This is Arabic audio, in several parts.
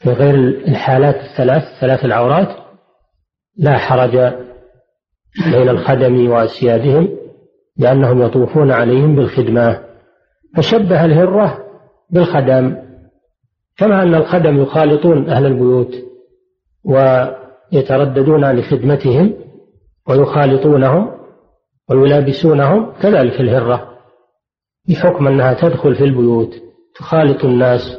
في غير الحالات ثلاث العورات لا حرج بين الخدم وأسيادهم لأنهم يطوفون عليهم بالخدمة. فشبه الهرة بالخدم، كما أن الخدم يخالطون أهل البيوت ويترددون لخدمتهم ويخالطونهم ويلابسونهم، كذلك الهرة بحكم أنها تدخل في البيوت تخالط الناس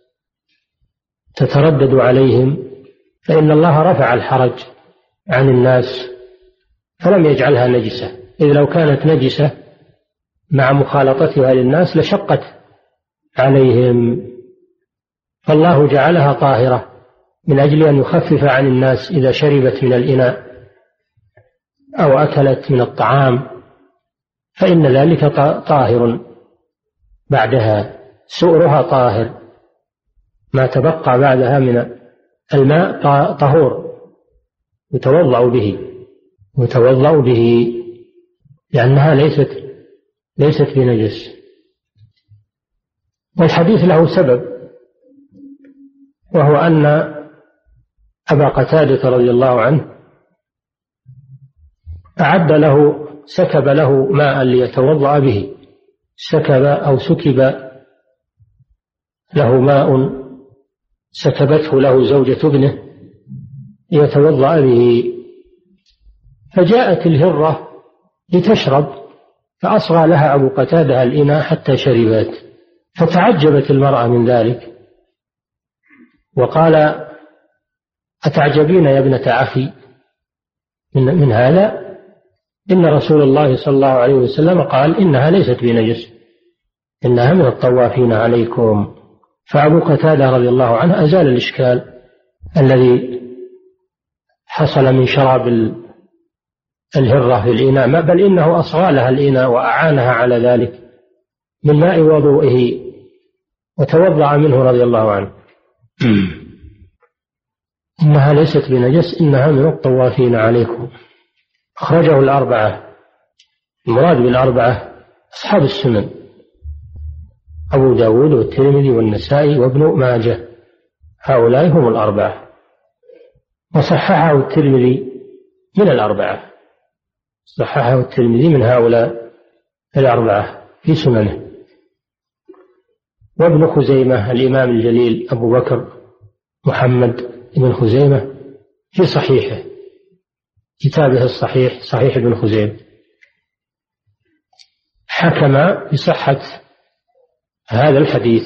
تتردد عليهم، فإن الله رفع الحرج عن الناس فلم يجعلها نجسة، إذ لو كانت نجسة مع مخالطتها للناس لشقت عليهم، فالله جعلها طاهرة من أجل أن يخفف عن الناس إذا شربت من الإناء أو أكلت من الطعام، فإن ذلك طاهر بعدها، سؤرها طاهر، ما تبقى بعدها من الماء طهور يتوضأ به لأنها ليست بنجس. والحديث له سبب، وهو أن أبا قتادة رضي الله عنه سكب له ماء ليتوضأ به، سكب له ماء سكبته له زوجة ابنه ليتوضأ به، فجاءت الهرة لتشرب فأصغى لها أبو قتادة الإناء حتى شربت، فتعجبت المرأة من ذلك وقال: أتعجبين يا ابنة أخي من هذا؟ إن رسول الله صلى الله عليه وسلم قال إنها ليست بنجس، إنها من الطوافين عليكم. فأبو قتادة رضي الله عنه أزال الإشكال الذي حصل من شراب الهرة في الإناء، بل إنه أصغى لها الإناء وأعانها على ذلك من ماء وضوئه وتوضأ منه رضي الله عنه. إنها ليست بنجس، إنها من الطوافين عليكم. أخرجه الأربعة، المراد بالأربعة أصحاب السنن، أبو داود والترمذي والنسائي وابن ماجه، هؤلاء هم الأربعة، وصححه الترمذي من الأربعة، صححه الترمذي من هؤلاء الأربعة في سننه. وابن خزيمة الإمام الجليل أبو بكر محمد بن خزيمة في صحيحه، كتابه الصحيح، صحيح ابن خزيمة، حكم بصحة هذا الحديث.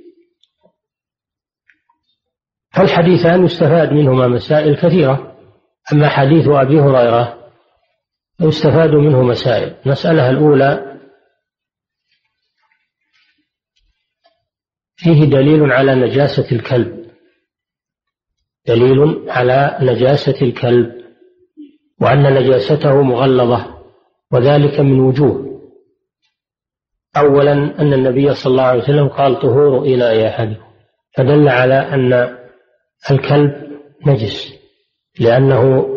فالحديثان يستفاد منهما مسائل كثيرة. أما حديث أبي هريرة يستفاد منه مسائل. المسألة الأولى: فيه دليل على نجاسة الكلب، دليل على نجاسة الكلب، وأن نجاسته مغلظة، وذلك من وجوه. أولا أن النبي صلى الله عليه وسلم قال: طهور إناء أحدكم، فدل على أن الكلب نجس، لأنه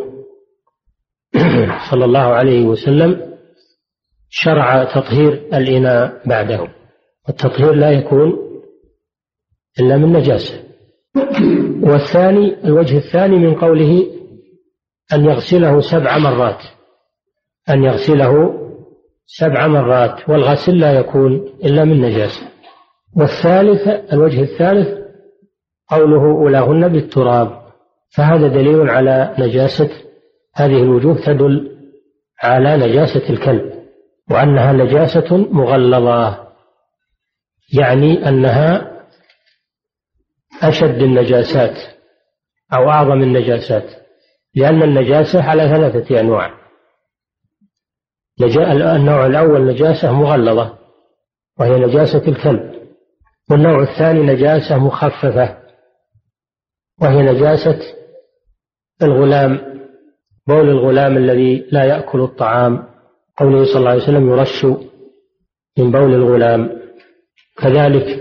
صلى الله عليه وسلم شرع تطهير الإناء بعده، والتطهير لا يكون إلا من نجاسة. والثاني، الوجه الثاني من قوله أن يغسله 7 مرات، أن يغسله 7 مرات، والغسل لا يكون إلا من نجاسة. والثالث، الوجه الثالث قوله: أولاهن بالتراب، فهذا دليل على نجاسة. هذه الوجوه تدل على نجاسة الكلب، وأنها نجاسة مغلظة، يعني أنها أشد النجاسات أو أعظم النجاسات، لأن النجاسة على 3 أنواع. النوع الأول نجاسة مغلظة وهي نجاسة الكلب، والنوع الثاني نجاسة مخففة وهي نجاسة الغلام، بول الغلام الذي لا يأكل الطعام، قوله صلى الله عليه وسلم: يرش من بول الغلام. كذلك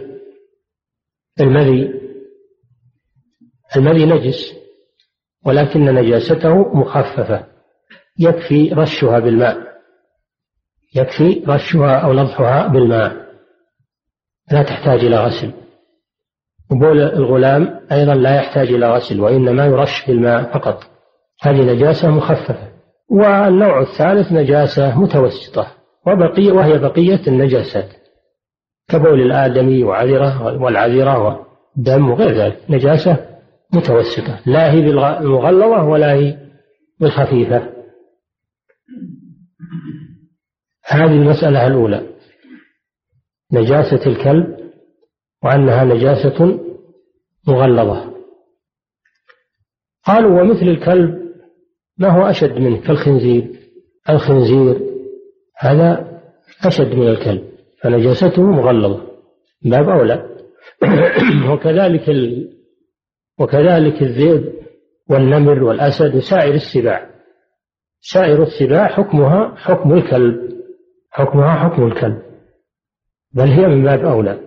المذي نجس، ولكن نجاسته مخففة، يكفي رشها بالماء، يكفي رشها أو نضحها بالماء، لا تحتاج إلى غسل. وبول الغلام أيضا لا يحتاج إلى غسل، وإنما يرش بالماء فقط، هذه نجاسة مخففة. والنوع الثالث نجاسة متوسطة وهي بقية النجاسات كبول الآدمي والعذرة والدم وغير ذلك، نجاسة متوسطة لا هي بالمغلظة ولا هي بالخفيفة. هذه المسألة الأولى، نجاسة الكلب وأنها نجاسة مغلظة. قالوا ومثل الكلب ما هو أشد منه كالخنزير، الخنزير هذا أشد من الكلب فنجاسته مغلظة باب أولى. وكذلك الذئب والنمر والأسد وسائر السباع، سائر السباع حكمها حكم الكلب، بل هي من باب أولى.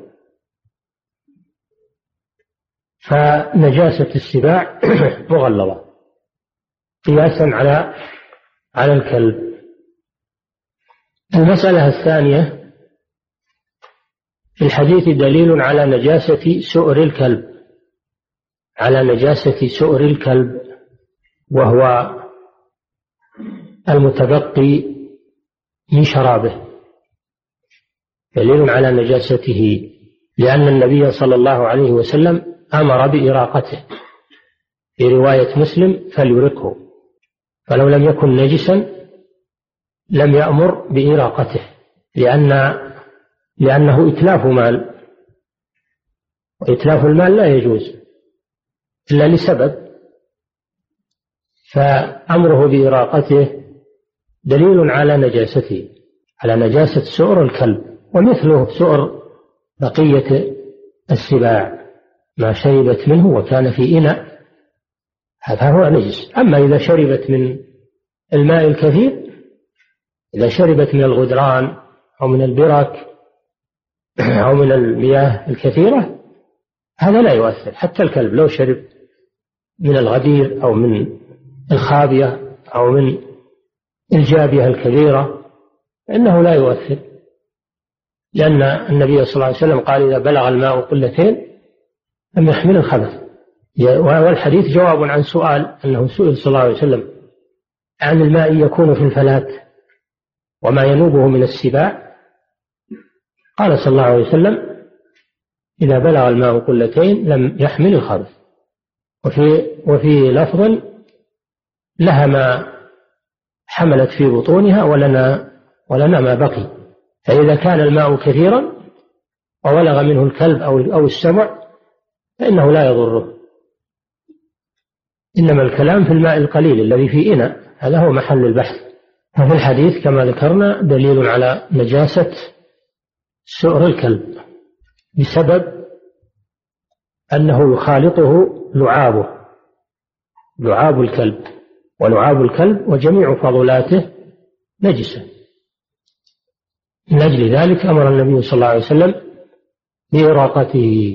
فنجاسة السباع مغلظة قياسا على الكلب. المسألة الثانية، في الحديث دليل على نجاسة سؤر الكلب، وهو المتبقي من شرابه، دليل على نجاسته، لأن النبي صلى الله عليه وسلم أمر بإراقته، في رواية مسلم فليرقه، فلو لم يكن نجسا لم يأمر بإراقته، لأنه إتلاف مال، وإتلاف المال لا يجوز إلا لسبب، فأمره بإراقته دليل على نجاسته، على نجاسة سؤر الكلب. ومثله سؤر بقية السباع، ما شربت منه وكان في إناء هذا هو نجس. أما إذا شربت من الماء الكثير، إذا شربت من الغدران أو من البرك أو من المياه الكثيرة هذا لا يؤثر. حتى الكلب لو شرب من الغدير أو من الخابية أو من الجابية الكبيرة إنه لا يؤثر، لأن النبي صلى الله عليه وسلم قال إذا بلغ الماء قلتين لم يحمل الخبث. والحديث جواب عن سؤال، أنه سئل صلى الله عليه وسلم عن الماء يكون في الفلاة وما ينوبه من السباع، قال صلى الله عليه وسلم إذا بلغ الماء قلتين لم يحمل الخبث. وفي لفظ لها ما حملت في بطونها ولنا ما بقي. فإذا كان الماء كثيرا وولغ منه الكلب أو السبع فإنه لا يضره، إنما الكلام في الماء القليل الذي في إناء، هذا هو محل البحث. ففي الحديث كما ذكرنا دليل على نجاسة سؤر الكلب بسبب أنه يخالطه لعاب الكلب، ولعاب الكلب وجميع فضلاته نجسة. من أجل ذلك أمر النبي صلى الله عليه وسلم بإراقته.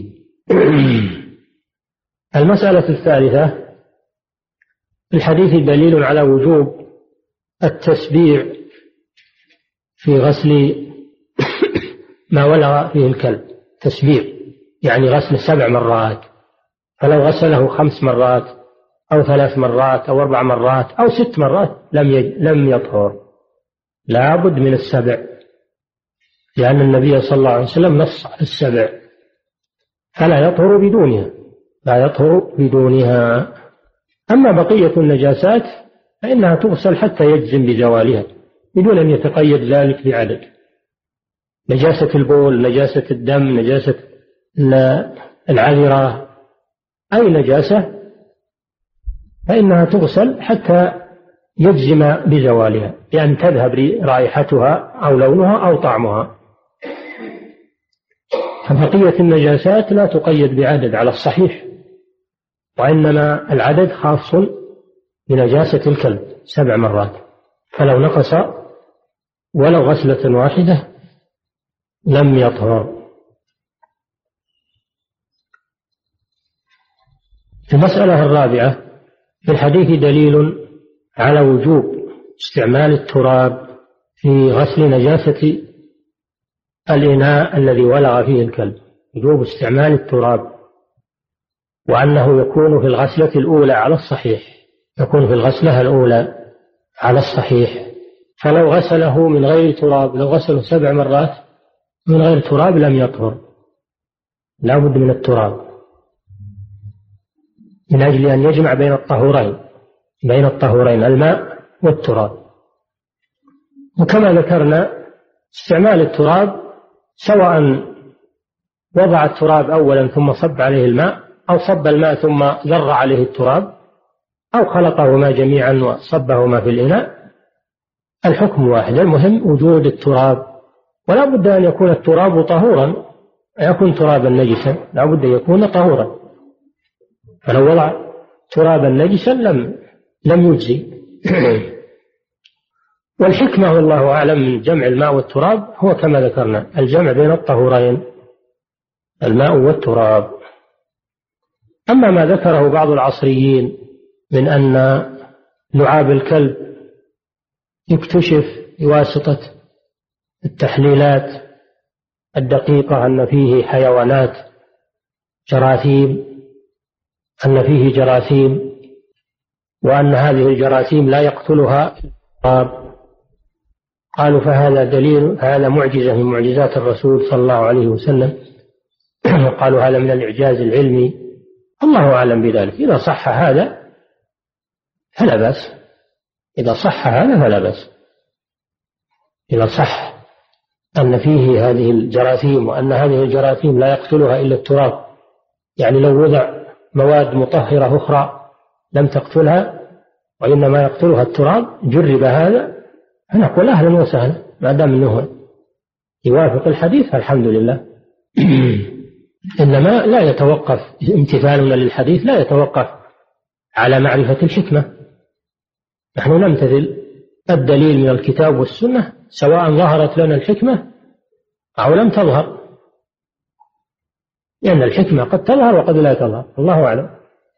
المسألة الثالثة، في الحديث دليل على وجوب التسبيع في غسل ما ولغ فيه الكلب. تسبيع يعني غسل 7 مرات، فلو غسله 5 مرات أو 3 مرات أو 4 مرات أو 6 مرات لم يطهر، لا بد من 7، لأن النبي صلى الله عليه وسلم نص على 7، فلا يطهر بدونها. أما بقية النجاسات فإنها تغسل حتى يجزم بزوالها بدون أن يتقيد ذلك بعدد. نجاسة البول، نجاسة الدم، نجاسة العذرة، أي نجاسة فإنها تغسل حتى يجزم بزوالها، بأن تذهب رائحتها أو لونها أو طعمها. فبقية النجاسات لا تقيد بعدد على الصحيح، وإنما العدد خاص بنجاسة الكلب 7 مرات، فلو نقص ولو غسلة واحدة لم يطهر. المسألة الرابعة، في الحديث دليل على وجوب استعمال التراب في غسل نجاسة الإناء الذي ولغ فيه الكلب، وجوب استعمال التراب وأنه يكون في الغسلة الأولى على الصحيح، يكون في الغسلة الأولى على الصحيح. فلو غسله من غير تراب، لو غسله 7 مرات من غير تراب لم يطهر، لا بد من التراب من أجل أن يجمع بين الطهورين الماء والتراب. وكما ذكرنا استعمال التراب سواء وضع التراب أولا ثم صب عليه الماء، أو صب الماء ثم ذر عليه التراب، أو خلطهما جميعا وصبهما في الإناء، الحكم واحد. المهم وجود التراب، ولا بد أن يكون التراب طهورا، يكون ترابا نجسا لا بد أن يكون طهورا، فلو وضع ترابا نجسا لم يجزي. والحكمة والله أعلم من جمع الماء والتراب هو كما ذكرنا الجمع بين الطهورين الماء والتراب. أما ما ذكره بعض العصريين من أن لعاب الكلب يكتشف بواسطة التحليلات الدقيقة أن فيه حيوانات جراثيم، أن فيه جراثيم، وأن هذه الجراثيم لا يقتلها التراب، قالوا فهذا دليل، هذا معجزة من معجزات الرسول صلى الله عليه وسلم، قالوا هذا من الإعجاز العلمي، الله أعلم بذلك. إذا صح هذا فلا بأس، إذا صح هذا فلا بأس، إذا صح أن فيه هذه الجراثيم وأن هذه الجراثيم لا يقتلها إلا التراب، يعني لو وضع مواد مطهرة أخرى لم تقتلها وإنما يقتلها التراب، جرب هذا، فنقول أهلا وسهلا ما دام أنه يوافق الحديث الحمد لله. إنما لا يتوقف امتثالنا للحديث، لا يتوقف على معرفة الحكمة، نحن نمتثل الدليل من الكتاب والسنة سواء ظهرت لنا الحكمة أو لم تظهر، لأن الحكمة قد تظهر وقد لا تظهر، الله أعلم.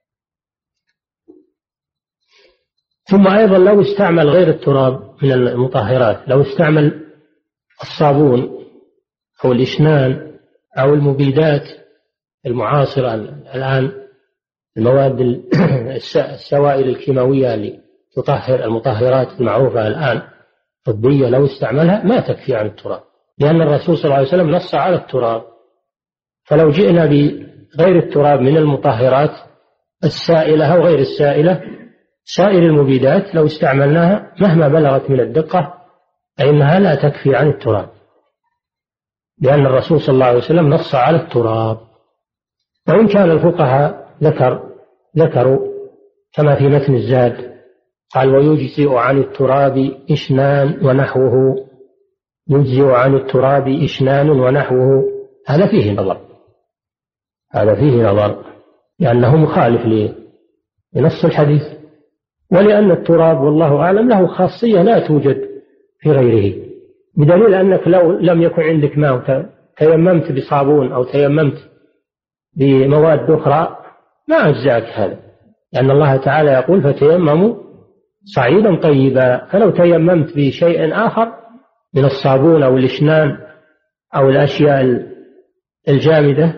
ثم أيضا لو استعمل غير التراب من المطهرات، لو استعمل الصابون أو الإشنان أو المبيدات المعاصرة الآن، المواد السوائل الكيماوية اللي تطهر، المطهرات المعروفة الآن طبية، لو استعملها ما تكفي عن التراب، لأن الرسول صلى الله عليه وسلم نص على التراب. فلو جئنا بغير التراب من المطهرات السائلة أو غير السائلة، سائر المبيدات لو استعملناها مهما بلغت من الدقة فإنها لا تكفي عن التراب، لأن الرسول صلى الله عليه وسلم نص على التراب. وإن كان الفقهاء ذكروا كما في متن الزاد قال ويجزئ عن التراب إشنان ونحوه، يجزئ عن التراب إشنان ونحوه، هذا فيه نظر، هذا فيه نظر، لأنه مخالف لنص الحديث، ولأن التراب والله أعلم له خاصية لا توجد في غيره، بدليل أنك لو لم يكن عندك ماء تيممت بصابون أو تيممت بمواد أخرى ما أجزاك هذا، لأن الله تعالى يقول فتيمموا صعيدا طيبا، فلو تيممت بشيء آخر من الصابون أو الإشنان أو الأشياء الجامدة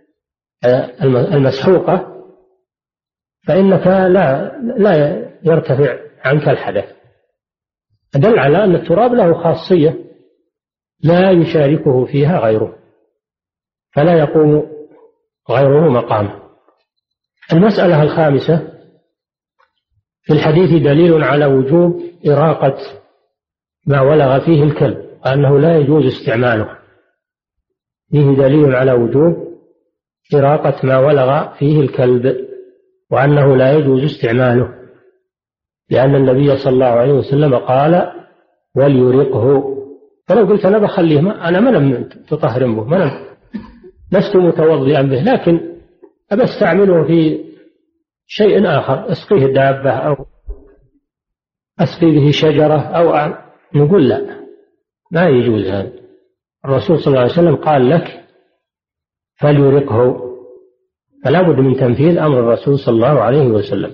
المسحوقة فإنك لا يرتفع عنك الحدث، دل على أن التراب له خاصية لا يشاركه فيها غيره، فلا يقوم غيره مقامه. المسألة الخامسة: في الحديث دليل على وجوب إراقة ما ولغ فيه الكلب، وأنه لا يجوز استعماله. فيه دليل على وجوب إراقة ما ولغ فيه الكلب، وأنه لا يجوز استعماله، لأن النبي صلى الله عليه وسلم قال وليرقه. فلو قلت أنا بخليه أنا ما لم تطهر به، لست متوضئا به، لكن أبى استعمله في شيء آخر، أسقيه دابة أو أسقي به شجرة أو نقول لا، ما يجوز هذا. الرسول صلى الله عليه وسلم قال لك فليرقه، فلا بد من تنفيذ أمر الرسول صلى الله عليه وسلم.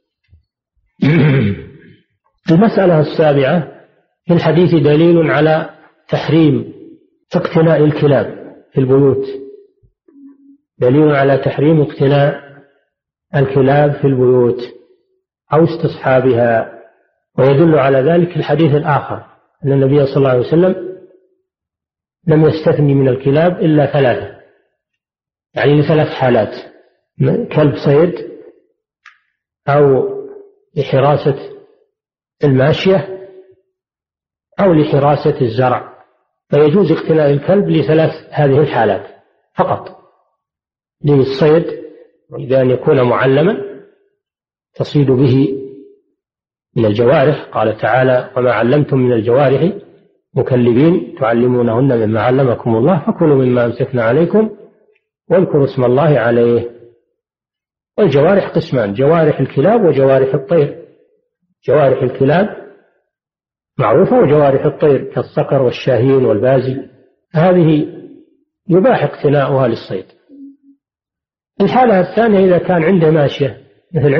المسألة السابعة: في الحديث دليل على تحريم اقتناء الكلاب في البيوت، دليل على تحريم اقتناء الكلاب في البيوت أو استصحابها. ويدل على ذلك الحديث الآخر أن النبي صلى الله عليه وسلم لم يستثني من الكلاب إلا ثلاثة، يعني لثلاث حالات: كلب صيد، أو لحراسة الماشية، أو لحراسة الزرع. فيجوز اقتناء الكلب لثلاث هذه الحالات فقط: للصيد، وإذا أن يكون معلما تصيد به من الجوارح، قال تعالى: وما علمتم من الجوارح مكلبين تعلمونهن مما علمكم الله فكلوا مما أمسكنا عليكم واذكروا اسم الله عليه. والجوارح قسمان: جوارح الكلاب وجوارح الطير. جوارح الكلاب معروفة، وجوارح الطير كالصقر والشاهين والبازي هذه يباح اقتناؤها للصيد. الحالة الثانية إذا كان عنده ماشية، مثل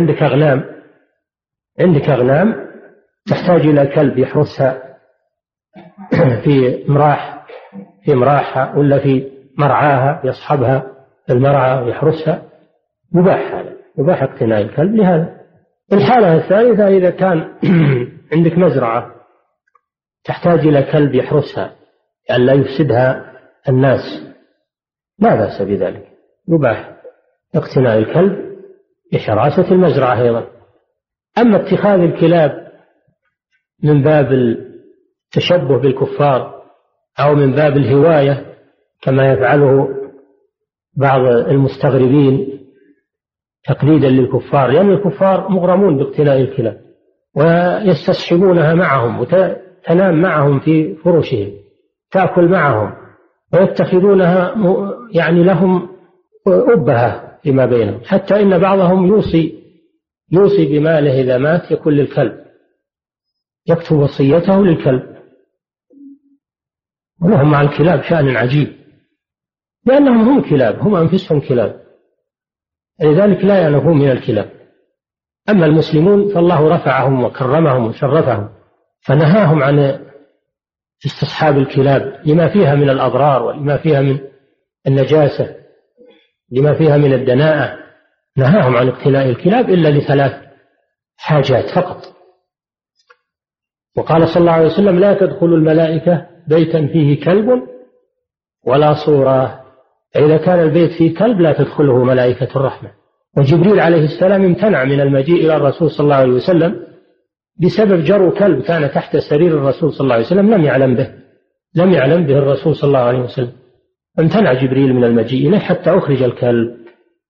عندك أغنام تحتاج إلى كلب يحرسها في مراحها ولا في مرعاها، يصحبها في المرعى ويحرسها، يباح اقتناء الكلب لهذا. الحالة الثالثة إذا كان عندك مزرعة تحتاج إلى كلب يحرسها لئلا يفسدها الناس، لا بأس بذلك، يباح اقتناء الكلب لحراسة المزرعة أيضا. أما اتخاذ الكلاب من باب التشبه بالكفار أو من باب الهواية كما يفعله بعض المستغربين تقليدا للكفار، لأن الكفار مغرمون باقتناء الكلاب ويستصحبونها معهم وتنام معهم في فرشهم، تأكل معهم، ويتخذونها يعني لهم أبهة فيما بينهم، حتى إن بعضهم يوصي بماله إذا مات يكون للكلب، يكتب وصيته للكلب. ولهم مع الكلاب شأن عجيب، لأنهم هم كلاب، هم أنفسهم كلاب، لذلك لا ينفون من الكلاب. أما المسلمون فالله رفعهم وكرمهم وشرفهم، فنهاهم عن استصحاب الكلاب لما فيها من الأضرار ولما فيها من النجاسة، لما فيها من الدناءة. نهاهم عن اقتناء الكلاب إلا لثلاث حاجات فقط. وقال صلى الله عليه وسلم: لا تدخل الملائكة بيتا فيه كلب ولا صورة. فإذا كان البيت فيه كلب لا تدخله ملائكة الرحمة. وجبريل عليه السلام امتنع من المجيء إلى الرسول صلى الله عليه وسلم بسبب جرو كلب كان تحت سرير الرسول صلى الله عليه وسلم لم يعلم به الرسول صلى الله عليه وسلم، امتنع جبريل من المجيء إليه حتى أخرج الكلب.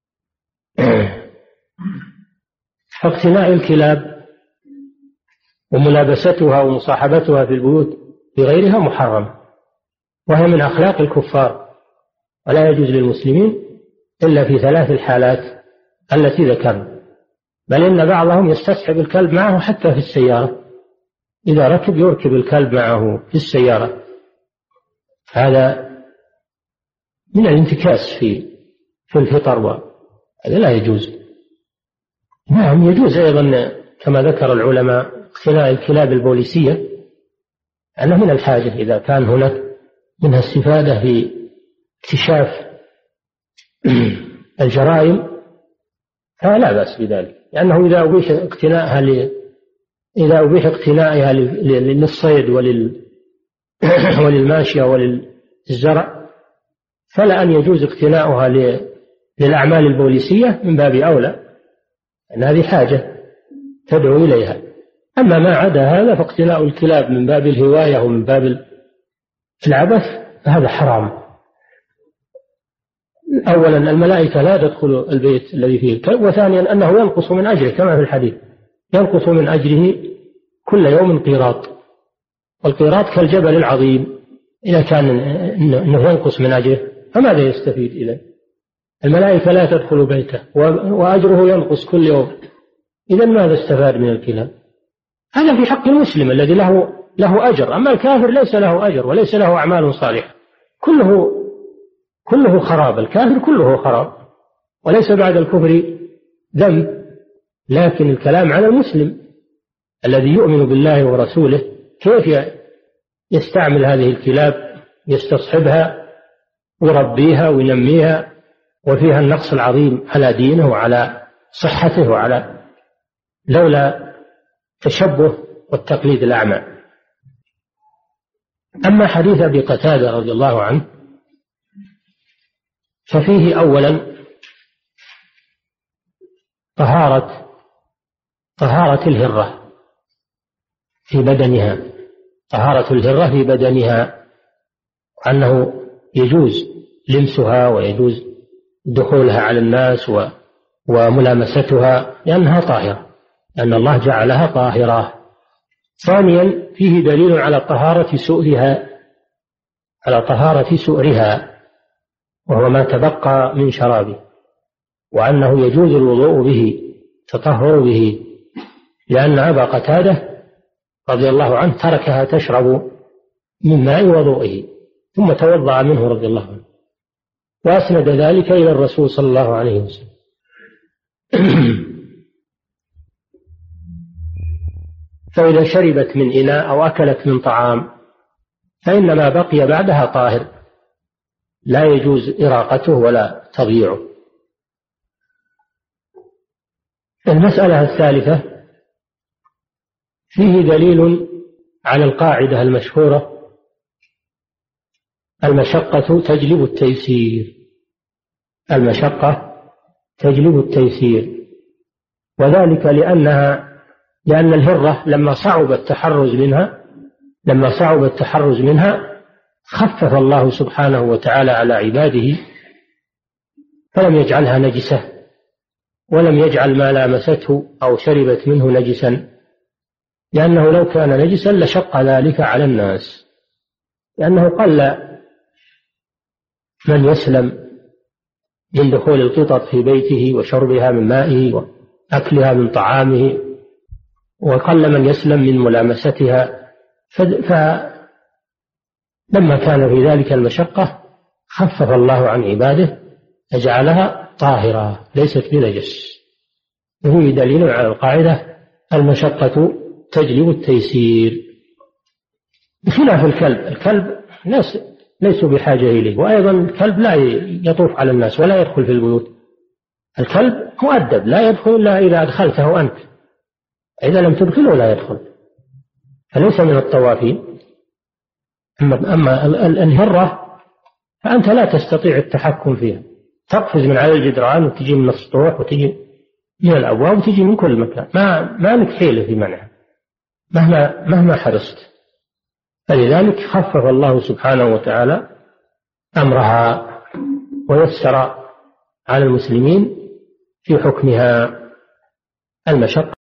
فاقتناء الكلاب وملابستها ومصاحبتها في البيوت بغيرها محرم، وهي من أخلاق الكفار، ولا يجوز للمسلمين إلا في ثلاث الحالات التي ذكرنا. بل إن بعضهم يستصحب الكلب معه حتى في السيارة، إذا ركب يركب الكلب معه في السيارة. هذا من الانتكاس في الفطر، هذا لا يجوز. نعم يجوز أيضا كما ذكر العلماء اقتناء الكلاب البوليسية، أنه من الحاجة إذا كان هناك منها استفادة في اكتشاف الجرائم فلا بأس بذلك، لأنه إذا أبيح اقتنائها للصيد وللماشية وللزرع فلا أن يجوز اقتناؤها للأعمال البوليسية من باب أولى، أن هذه حاجة تدعو إليها. أما ما عدا هذا فاقتناء الكلاب من باب الهواية ومن باب العبث فهذا حرام. أولا الملائكة لا تدخل البيت الذي فيه الكلب، وثانيا أنه ينقص من أجره كما في الحديث، ينقص من أجره كل يوم قيراط، والقيراط كالجبل العظيم، إذا كان أنه ينقص من أجره فماذا يستفيد إذن؟ الملائكة لا تدخل بيته وأجره ينقص كل يوم، إذن ماذا استفاد من الكلاب؟ هذا في حق المسلم الذي له أجر، أما الكافر ليس له أجر وليس له أعمال صالحة، كله خراب، الكافر كله خراب، وليس بعد الكفر ذنب. لكن الكلام على المسلم الذي يؤمن بالله ورسوله، كيف يستعمل هذه الكلاب، يستصحبها ويربيها وينميها، وفيها النقص العظيم على دينه وعلى صحته وعلى لولا تشبه والتقليد الأعمى. أما حديث أبي قتادة رضي الله عنه ففيه أولا طهارة الهرة في بدنها، طهارة الهرة في بدنها، أنه يجوز لمسها ويجوز دخولها على الناس وملامستها لأنها طاهرة، لأن الله جعلها طاهرة. ثانيا فيه دليل على طهارة سؤرها وهو ما تبقى من شرابه، وأنه يجوز الوضوء به، تطهر به، لأن أبا قتادة رضي الله عنه تركها تشرب من ماء وضوئه ثم توضأ منه رضي الله عنه، وأسند ذلك إلى الرسول صلى الله عليه وسلم. فإذا شربت من إناء أو أكلت من طعام فإن ما بقي بعدها طاهر، لا يجوز إراقته ولا تضييعه. المسألة الثالثة فيه دليل على القاعدة المشهورة: المشقة تجلب التيسير. المشقة تجلب التيسير، وذلك لأن الهرة لما صعب التحرز منها خفف الله سبحانه وتعالى على عباده، فلم يجعلها نجسة، ولم يجعل ما لامسته أو شربت منه نجسا، لأنه لو كان نجسا لشق ذلك على الناس، لأنه قل من يسلم من دخول القطط في بيته وشربها من مائه وأكلها من طعامه، وقل من يسلم من ملامستها. فلما كان في ذلك المشقة خفف الله عن عباده فجعلها طاهرة ليست بنجس. وهي دليل على القاعدة: المشقة تجلب التيسير. بخلاف الكلب ليسوا بحاجة إليه، وأيضا الكلب لا يطوف على الناس ولا يدخل في البيوت. الكلب مؤدب لا يدخل إلا إذا أدخلته أنت، إذا لم تدخله لا يدخل، فليس من الطوافين. أما الهرة فأنت لا تستطيع التحكم فيها، تقفز من على الجدران وتجي من السطوح وتجي من الأبواب وتجي من كل مكان، ما لك حيلة في منعها مهما حرصت. فلذلك خفف الله سبحانه وتعالى أمرها ويسر على المسلمين في حكمها. المشقة